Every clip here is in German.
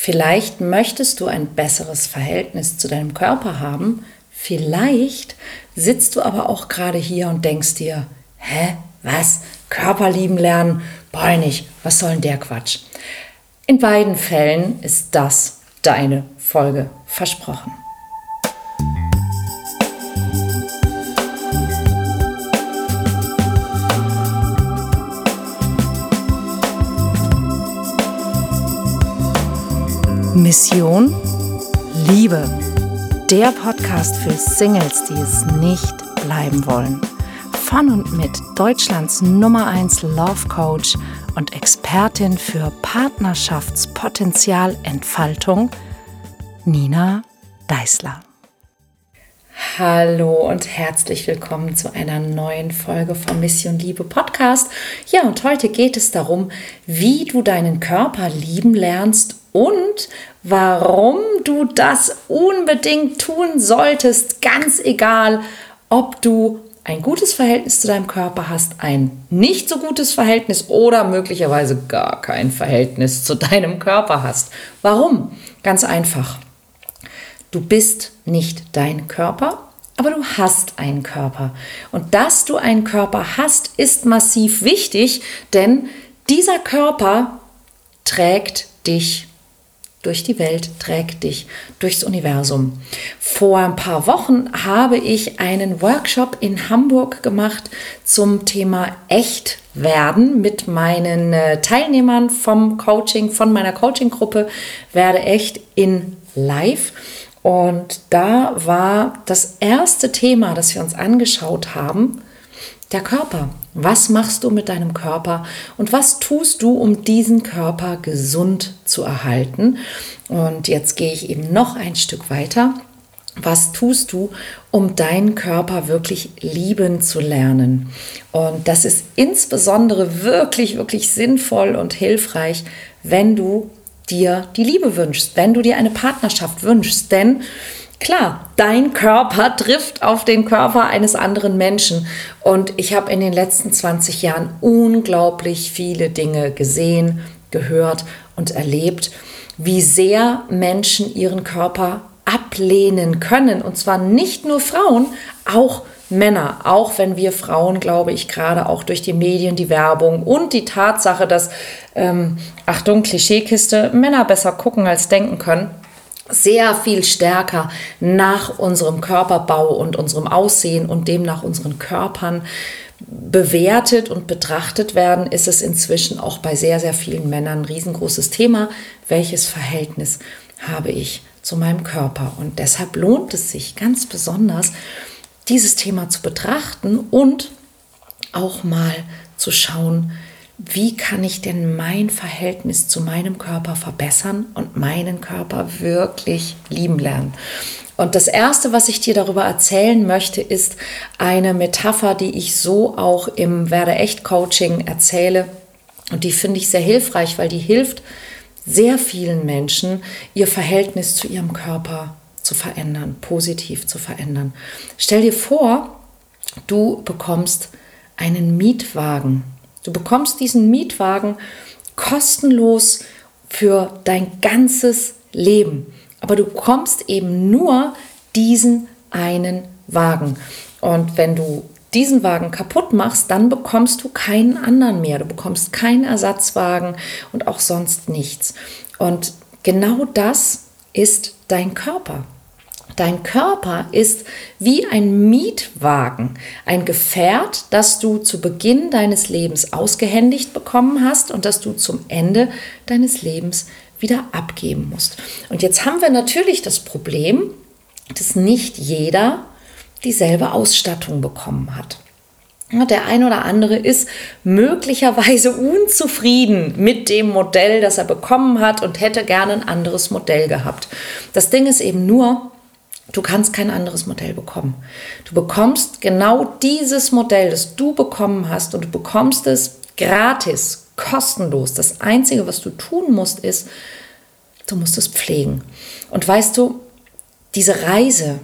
Vielleicht möchtest du ein besseres Verhältnis zu deinem Körper haben. Vielleicht sitzt du aber auch gerade hier und denkst dir, was? Körper lieben lernen? Boah, nicht. Was soll denn der Quatsch? In beiden Fällen ist das deine Folge, versprochen. Mission Liebe. Der Podcast für Singles, die es nicht bleiben wollen. Von und mit Deutschlands Nummer 1 Love Coach und Expertin für Partnerschaftspotenzialentfaltung, Nina Deißler. Hallo und herzlich willkommen zu einer neuen Folge vom Mission Liebe Podcast. Ja, und heute geht es darum, wie du deinen Körper lieben lernst und warum du das unbedingt tun solltest, ganz egal, ob du ein gutes Verhältnis zu deinem Körper hast, ein nicht so gutes Verhältnis oder möglicherweise gar kein Verhältnis zu deinem Körper hast. Warum? Ganz einfach. Du bist nicht dein Körper, aber du hast einen Körper. Und dass du einen Körper hast, ist massiv wichtig, denn dieser Körper trägt dich durch die Welt, trägt dich durchs Universum. Vor ein paar Wochen habe ich einen Workshop in Hamburg gemacht zum Thema Echtwerden mit meinen Teilnehmern vom Coaching, von meiner Coaching-Gruppe Werde Echt in Live. Und da war das erste Thema, das wir uns angeschaut haben, der Körper. Was machst du mit deinem Körper und was tust du, um diesen Körper gesund zu erhalten? Und jetzt gehe ich eben noch ein Stück weiter. Was tust du, um deinen Körper wirklich lieben zu lernen? Und das ist insbesondere wirklich, wirklich sinnvoll und hilfreich, wenn du dir die Liebe wünschst, wenn du dir eine Partnerschaft wünschst, denn klar, dein Körper trifft auf den Körper eines anderen Menschen und ich habe in den letzten 20 Jahren unglaublich viele Dinge gesehen, gehört und erlebt, wie sehr Menschen ihren Körper ablehnen können und zwar nicht nur Frauen, auch Männer, auch wenn wir Frauen, glaube ich, gerade auch durch die Medien, die Werbung und die Tatsache, dass, Achtung, Klischeekiste, Männer besser gucken als denken können, sehr viel stärker nach unserem Körperbau und unserem Aussehen und demnach unseren Körpern bewertet und betrachtet werden, ist es inzwischen auch bei sehr, sehr vielen Männern ein riesengroßes Thema. Welches Verhältnis habe ich zu meinem Körper? Und deshalb lohnt es sich ganz besonders, dieses Thema zu betrachten und auch mal zu schauen, wie kann ich denn mein Verhältnis zu meinem Körper verbessern und meinen Körper wirklich lieben lernen. Und das Erste, was ich dir darüber erzählen möchte, ist eine Metapher, die ich so auch im Werde-Echt-Coaching erzähle. Und die finde ich sehr hilfreich, weil die hilft sehr vielen Menschen, ihr Verhältnis zu ihrem Körper zu verändern, positiv zu verändern. Stell dir vor, du bekommst einen Mietwagen. Du bekommst diesen Mietwagen kostenlos für dein ganzes Leben. Aber du bekommst eben nur diesen einen Wagen. Und wenn du diesen Wagen kaputt machst, dann bekommst du keinen anderen mehr. Du bekommst keinen Ersatzwagen und auch sonst nichts. Und genau das ist dein Körper. Dein Körper ist wie ein Mietwagen, ein Gefährt, das du zu Beginn deines Lebens ausgehändigt bekommen hast und das du zum Ende deines Lebens wieder abgeben musst. Und jetzt haben wir natürlich das Problem, dass nicht jeder dieselbe Ausstattung bekommen hat. Der ein oder andere ist möglicherweise unzufrieden mit dem Modell, das er bekommen hat und hätte gerne ein anderes Modell gehabt. Das Ding ist eben nur, du kannst kein anderes Modell bekommen. Du bekommst genau dieses Modell, das du bekommen hast und du bekommst es gratis, kostenlos. Das Einzige, was du tun musst, ist, du musst es pflegen. Und weißt du, diese Reise,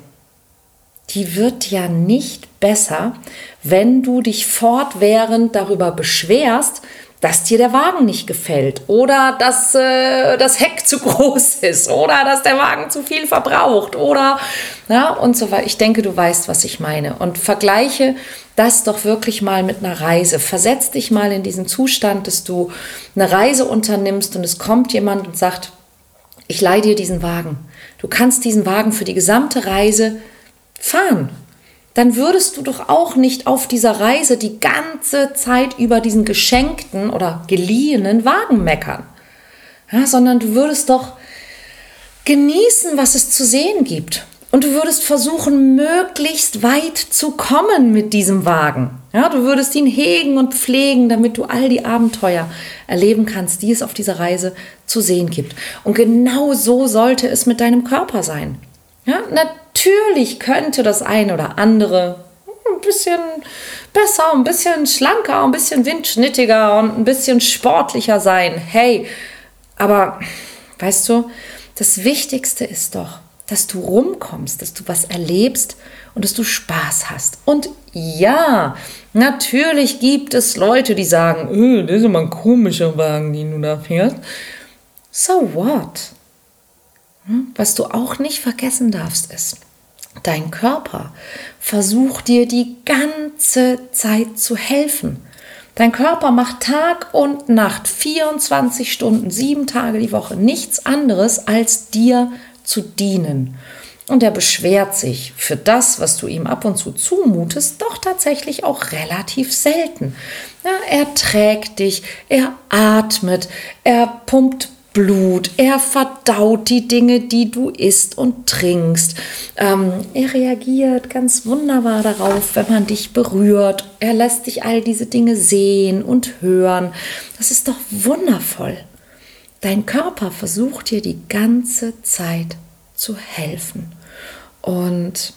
die wird ja nicht besser, wenn du dich fortwährend darüber beschwerst, dass dir der Wagen nicht gefällt oder dass das Heck zu groß ist oder dass der Wagen zu viel verbraucht oder ja, und so weiter. Ich denke, du weißt, was ich meine. Und vergleiche das doch wirklich mal mit einer Reise. Versetz dich mal in diesen Zustand, dass du eine Reise unternimmst und es kommt jemand und sagt, ich leihe dir diesen Wagen. Du kannst diesen Wagen für die gesamte Reise fahren. Dann würdest du doch auch nicht auf dieser Reise die ganze Zeit über diesen geschenkten oder geliehenen Wagen meckern, ja, sondern du würdest doch genießen, was es zu sehen gibt. Und du würdest versuchen, möglichst weit zu kommen mit diesem Wagen. Ja, du würdest ihn hegen und pflegen, damit du all die Abenteuer erleben kannst, die es auf dieser Reise zu sehen gibt. Und genau so sollte es mit deinem Körper sein. Ja, natürlich könnte das eine oder andere ein bisschen besser, ein bisschen schlanker, ein bisschen windschnittiger und ein bisschen sportlicher sein. Hey, aber weißt du, das Wichtigste ist doch, dass du rumkommst, dass du was erlebst und dass du Spaß hast. Und ja, natürlich gibt es Leute, die sagen, das ist immer ein komischer Wagen, den du da fährst. So what? Was du auch nicht vergessen darfst, ist, dein Körper versucht dir die ganze Zeit zu helfen. Dein Körper macht Tag und Nacht, 24 Stunden, 7 Tage die Woche, nichts anderes, als dir zu dienen. Und er beschwert sich für das, was du ihm ab und zu zumutest, doch tatsächlich auch relativ selten. Ja, er trägt dich, er atmet, er pumpt Blut, er verdaut die Dinge, die du isst und trinkst. Er reagiert ganz wunderbar darauf, wenn man dich berührt. Er lässt dich all diese Dinge sehen und hören. Das ist doch wundervoll. Dein Körper versucht dir die ganze Zeit zu helfen. Und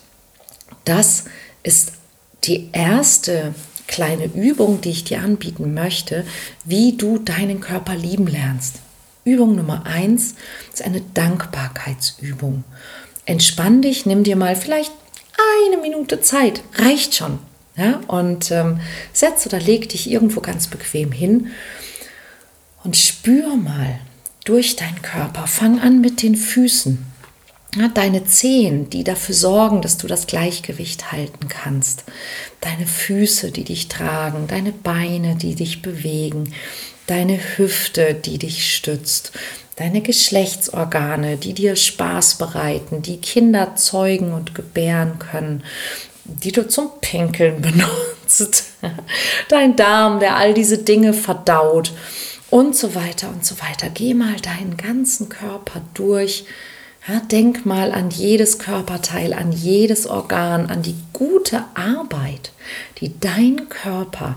das ist die erste kleine Übung, die ich dir anbieten möchte, wie du deinen Körper lieben lernst. Übung Nummer 1 ist eine Dankbarkeitsübung. Entspann dich, nimm dir mal vielleicht 1 Minute Zeit, reicht schon. Ja? Und setz oder leg dich irgendwo ganz bequem hin und spür mal durch deinen Körper. Fang an mit den Füßen. Ja, deine Zehen, die dafür sorgen, dass du das Gleichgewicht halten kannst. Deine Füße, die dich tragen. Deine Beine, die dich bewegen. Deine Hüfte, die dich stützt, deine Geschlechtsorgane, die dir Spaß bereiten, die Kinder zeugen und gebären können, die du zum Pinkeln benutzt, dein Darm, der all diese Dinge verdaut und so weiter und so weiter. Geh mal deinen ganzen Körper durch. Ja, denk mal an jedes Körperteil, an jedes Organ, an die gute Arbeit, die dein Körper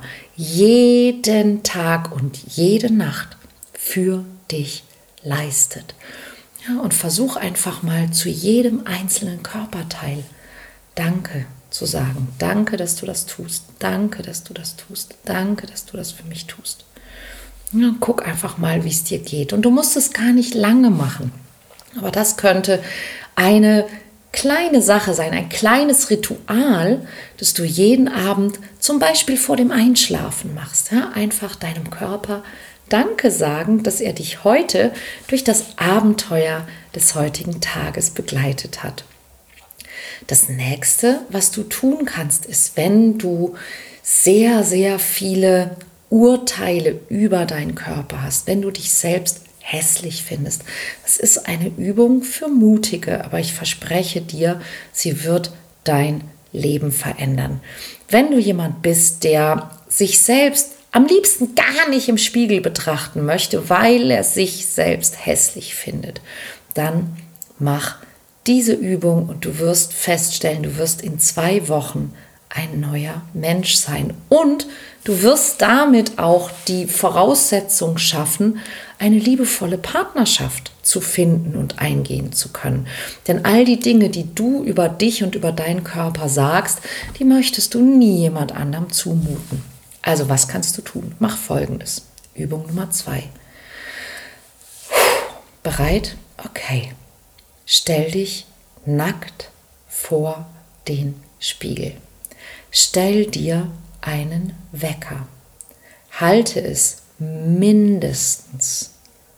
jeden Tag und jede Nacht für dich leistet. Ja, und versuch einfach mal zu jedem einzelnen Körperteil Danke zu sagen. Danke, dass du das tust. Danke, dass du das tust. Danke, dass du das für mich tust. Ja, guck einfach mal, wie es dir geht. Und du musst es gar nicht lange machen. Aber das könnte eine kleine Sache sein, ein kleines Ritual, das du jeden Abend zum Beispiel vor dem Einschlafen machst. Ja, einfach deinem Körper Danke sagen, dass er dich heute durch das Abenteuer des heutigen Tages begleitet hat. Das nächste, was du tun kannst, ist, wenn du sehr, sehr viele Urteile über deinen Körper hast, wenn du dich selbst hässlich findest. Das ist eine Übung für Mutige, aber ich verspreche dir, sie wird dein Leben verändern. Wenn du jemand bist, der sich selbst am liebsten gar nicht im Spiegel betrachten möchte, weil er sich selbst hässlich findet, dann mach diese Übung und du wirst feststellen, du wirst in 2 Wochen ein neuer Mensch sein. Und du wirst damit auch die Voraussetzung schaffen, eine liebevolle Partnerschaft zu finden und eingehen zu können. Denn all die Dinge, die du über dich und über deinen Körper sagst, die möchtest du nie jemand anderem zumuten. Also was kannst du tun? Mach Folgendes. Übung Nummer 2. Bereit? Okay. Stell dich nackt vor den Spiegel. Stell dir einen Wecker. Halte es mindestens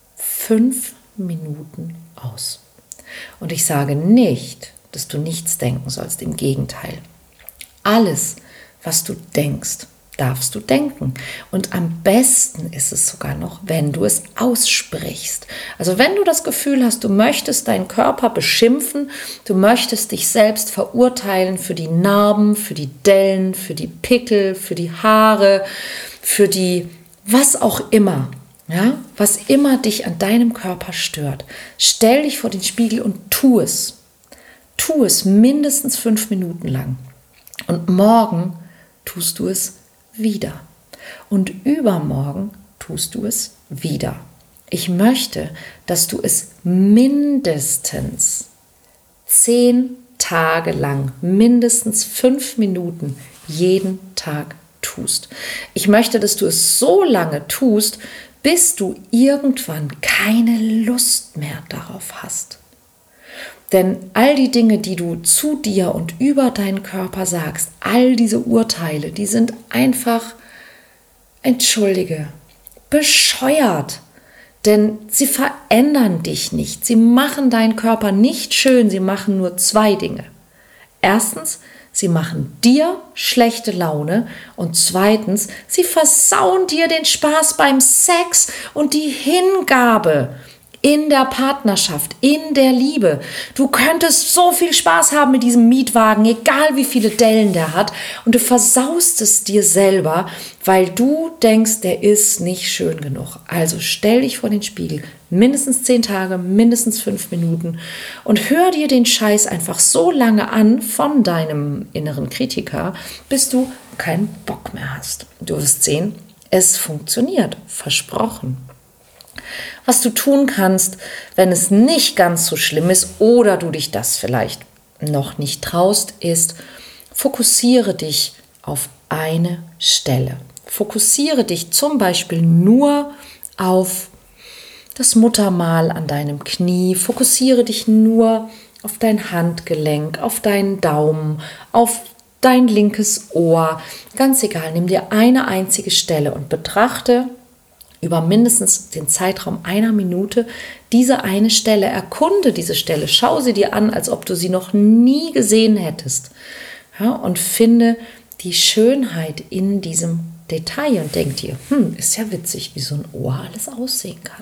5 Minuten aus. Und ich sage nicht, dass du nichts denken sollst, im Gegenteil. Alles, was du denkst, darfst du denken. Und am besten ist es sogar noch, wenn du es aussprichst. Also wenn du das Gefühl hast, du möchtest deinen Körper beschimpfen, du möchtest dich selbst verurteilen für die Narben, für die Dellen, für die Pickel, für die Haare, für die was auch immer, ja, was immer dich an deinem Körper stört, stell dich vor den Spiegel und tu es. Tu es mindestens 5 Minuten lang. Und morgen tust du es wieder. Und übermorgen tust du es wieder. Ich möchte, dass du es mindestens 10 Tage lang, mindestens 5 Minuten jeden Tag tust. Ich möchte, dass du es so lange tust, bis du irgendwann keine Lust mehr darauf hast. Denn all die Dinge, die du zu dir und über deinen Körper sagst, all diese Urteile, die sind einfach, entschuldige, bescheuert. Denn sie verändern dich nicht. Sie machen deinen Körper nicht schön. Sie machen nur 2 Dinge. Erstens, sie machen dir schlechte Laune. Und zweitens, sie versauen dir den Spaß beim Sex und die Hingabe in der Partnerschaft, in der Liebe. Du könntest so viel Spaß haben mit diesem Mietwagen, egal wie viele Dellen der hat, und du versaust es dir selber, weil du denkst, der ist nicht schön genug. Also stell dich vor den Spiegel, mindestens 10 Tage, mindestens 5 Minuten und hör dir den Scheiß einfach so lange an von deinem inneren Kritiker, bis du keinen Bock mehr hast. Du wirst sehen, es funktioniert, versprochen. Was du tun kannst, wenn es nicht ganz so schlimm ist oder du dich das vielleicht noch nicht traust, ist, fokussiere dich auf eine Stelle. Fokussiere dich zum Beispiel nur auf das Muttermal an deinem Knie. Fokussiere dich nur auf dein Handgelenk, auf deinen Daumen, auf dein linkes Ohr. Ganz egal, nimm dir eine einzige Stelle und betrachte über mindestens den Zeitraum 1 Minute diese eine Stelle, erkunde diese Stelle, schau sie dir an, als ob du sie noch nie gesehen hättest, ja, und finde die Schönheit in diesem Detail und denk dir, ist ja witzig, wie so ein Ohr alles aussehen kann.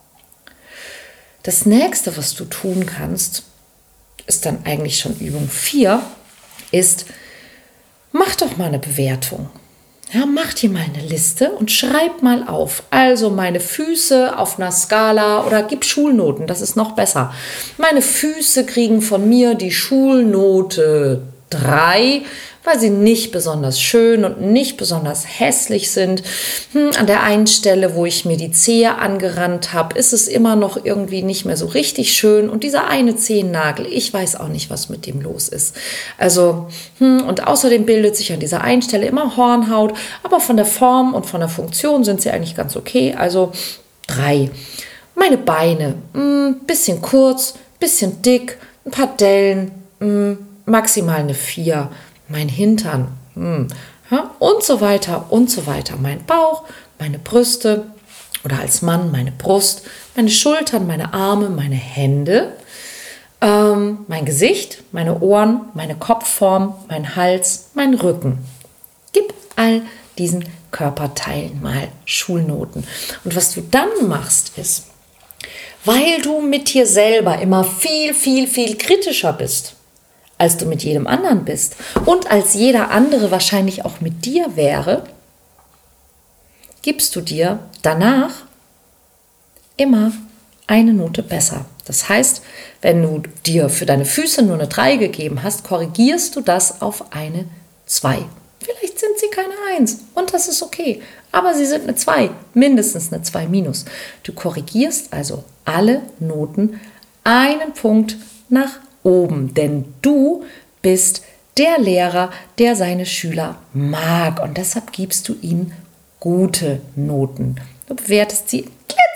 Das nächste, was du tun kannst, ist dann eigentlich schon Übung 4, ist, mach doch mal eine Bewertung. Ja, mach dir mal eine Liste und schreib mal auf. Also meine Füße auf einer Skala oder gib Schulnoten, das ist noch besser. Meine Füße kriegen von mir die Schulnote 3, weil sie nicht besonders schön und nicht besonders hässlich sind. An der einen Stelle, wo ich mir die Zehe angerannt habe, ist es immer noch irgendwie nicht mehr so richtig schön. Und dieser eine Zehennagel, ich weiß auch nicht, was mit dem los ist. Also, und außerdem bildet sich an dieser einen Stelle immer Hornhaut, aber von der Form und von der Funktion sind sie eigentlich ganz okay. Also 3. Meine Beine, bisschen kurz, bisschen dick, ein paar Dellen, maximal eine 4. Mein Hintern, ja, und so weiter und so weiter. Mein Bauch, meine Brüste oder als Mann meine Brust, meine Schultern, meine Arme, meine Hände, mein Gesicht, meine Ohren, meine Kopfform, mein Hals, mein Rücken. Gib all diesen Körperteilen mal Schulnoten. Und was du dann machst ist, weil du mit dir selber immer viel, viel, viel kritischer bist, als du mit jedem anderen bist und als jeder andere wahrscheinlich auch mit dir wäre, gibst du dir danach immer eine Note besser. Das heißt, wenn du dir für deine Füße nur eine 3 gegeben hast, korrigierst du das auf eine 2. Vielleicht sind sie keine 1 und das ist okay, aber sie sind eine 2, mindestens eine 2 minus. Du korrigierst also alle Noten einen Punkt nach oben, denn du bist der Lehrer, der seine Schüler mag und deshalb gibst du ihnen gute Noten. Du bewertest sie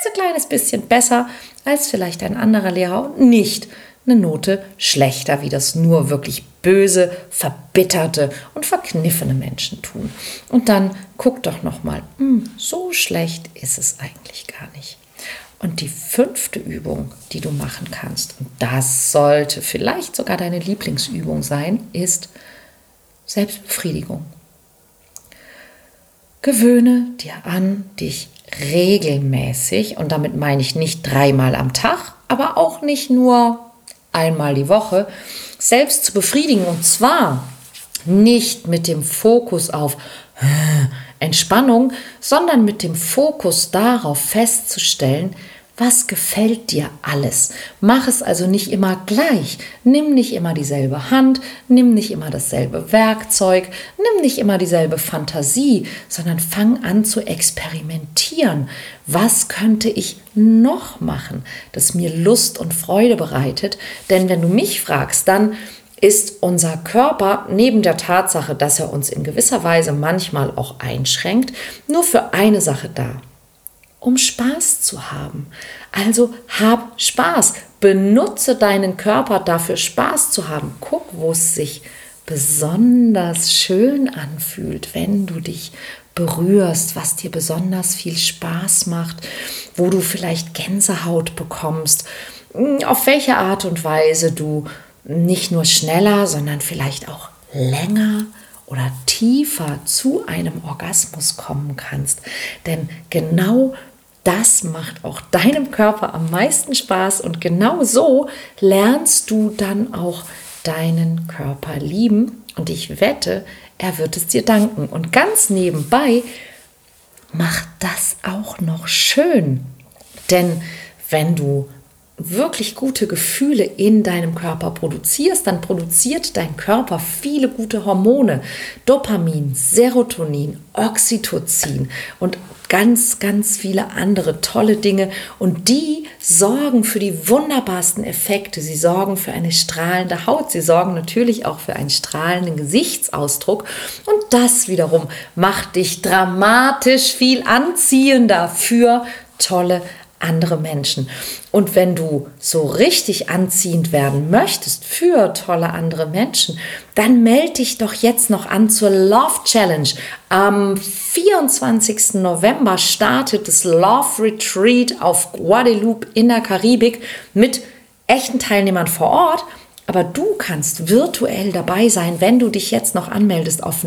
klitzekleines bisschen besser als vielleicht ein anderer Lehrer und nicht eine Note schlechter, wie das nur wirklich böse, verbitterte und verkniffene Menschen tun. Und dann guck doch nochmal, so schlecht ist es eigentlich gar nicht. Und die 5. Übung, die du machen kannst, und das sollte vielleicht sogar deine Lieblingsübung sein, ist Selbstbefriedigung. Gewöhne dir an, dich regelmäßig, und damit meine ich nicht 3-mal am Tag, aber auch nicht nur einmal die Woche, selbst zu befriedigen. Und zwar nicht mit dem Fokus auf Entspannung, sondern mit dem Fokus darauf festzustellen, was gefällt dir alles. Mach es also nicht immer gleich. Nimm nicht immer dieselbe Hand, nimm nicht immer dasselbe Werkzeug, nimm nicht immer dieselbe Fantasie, sondern fang an zu experimentieren. Was könnte ich noch machen, das mir Lust und Freude bereitet? Denn wenn du mich fragst, dann ist unser Körper neben der Tatsache, dass er uns in gewisser Weise manchmal auch einschränkt, nur für eine Sache da: um Spaß zu haben. Also hab Spaß. Benutze deinen Körper dafür, Spaß zu haben. Guck, wo es sich besonders schön anfühlt, wenn du dich berührst, was dir besonders viel Spaß macht, wo du vielleicht Gänsehaut bekommst, auf welche Art und Weise du nicht nur schneller, sondern vielleicht auch länger oder tiefer zu einem Orgasmus kommen kannst. Denn genau das macht auch deinem Körper am meisten Spaß, und genau so lernst du dann auch deinen Körper lieben, und ich wette, er wird es dir danken. Und ganz nebenbei, mach das auch noch schön. Denn wenn du wirklich gute Gefühle in deinem Körper produzierst, dann produziert dein Körper viele gute Hormone. Dopamin, Serotonin, Oxytocin und ganz, ganz viele andere tolle Dinge. Und die sorgen für die wunderbarsten Effekte. Sie sorgen für eine strahlende Haut. Sie sorgen natürlich auch für einen strahlenden Gesichtsausdruck. Und das wiederum macht dich dramatisch viel anziehender für tolle andere Menschen. Und wenn du so richtig anziehend werden möchtest für tolle andere Menschen, dann melde dich doch jetzt noch an zur Love Challenge. Am 24. November startet das Love Retreat auf Guadeloupe in der Karibik mit echten Teilnehmern vor Ort. Aber du kannst virtuell dabei sein, wenn du dich jetzt noch anmeldest auf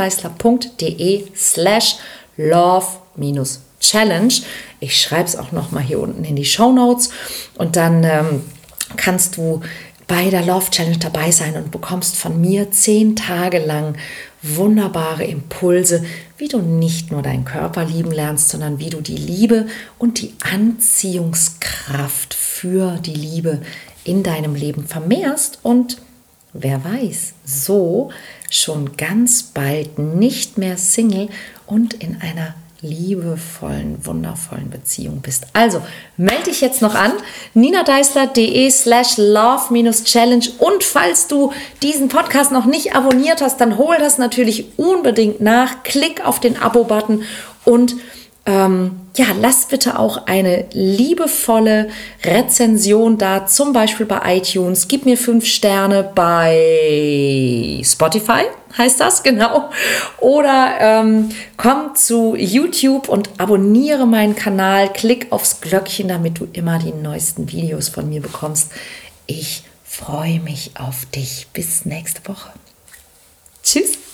ninadeisler.de/love-challenge. Ich schreibe es auch noch mal hier unten in die Shownotes, und dann kannst du bei der Love Challenge dabei sein und bekommst von mir 10 Tage lang wunderbare Impulse, wie du nicht nur deinen Körper lieben lernst, sondern wie du die Liebe und die Anziehungskraft für die Liebe in deinem Leben vermehrst und, wer weiß, so schon ganz bald nicht mehr Single und in einer liebevollen, wundervollen Beziehung bist. Also melde dich jetzt noch an, ninadeisler.de/love-challenge, und falls du diesen Podcast noch nicht abonniert hast, dann hol das natürlich unbedingt nach, klick auf den Abo-Button und lass bitte auch eine liebevolle Rezension da, zum Beispiel bei iTunes. Gib mir 5 Sterne bei Spotify, heißt das, genau. Oder komm zu YouTube und abonniere meinen Kanal. Klick aufs Glöckchen, damit du immer die neuesten Videos von mir bekommst. Ich freue mich auf dich. Bis nächste Woche. Tschüss.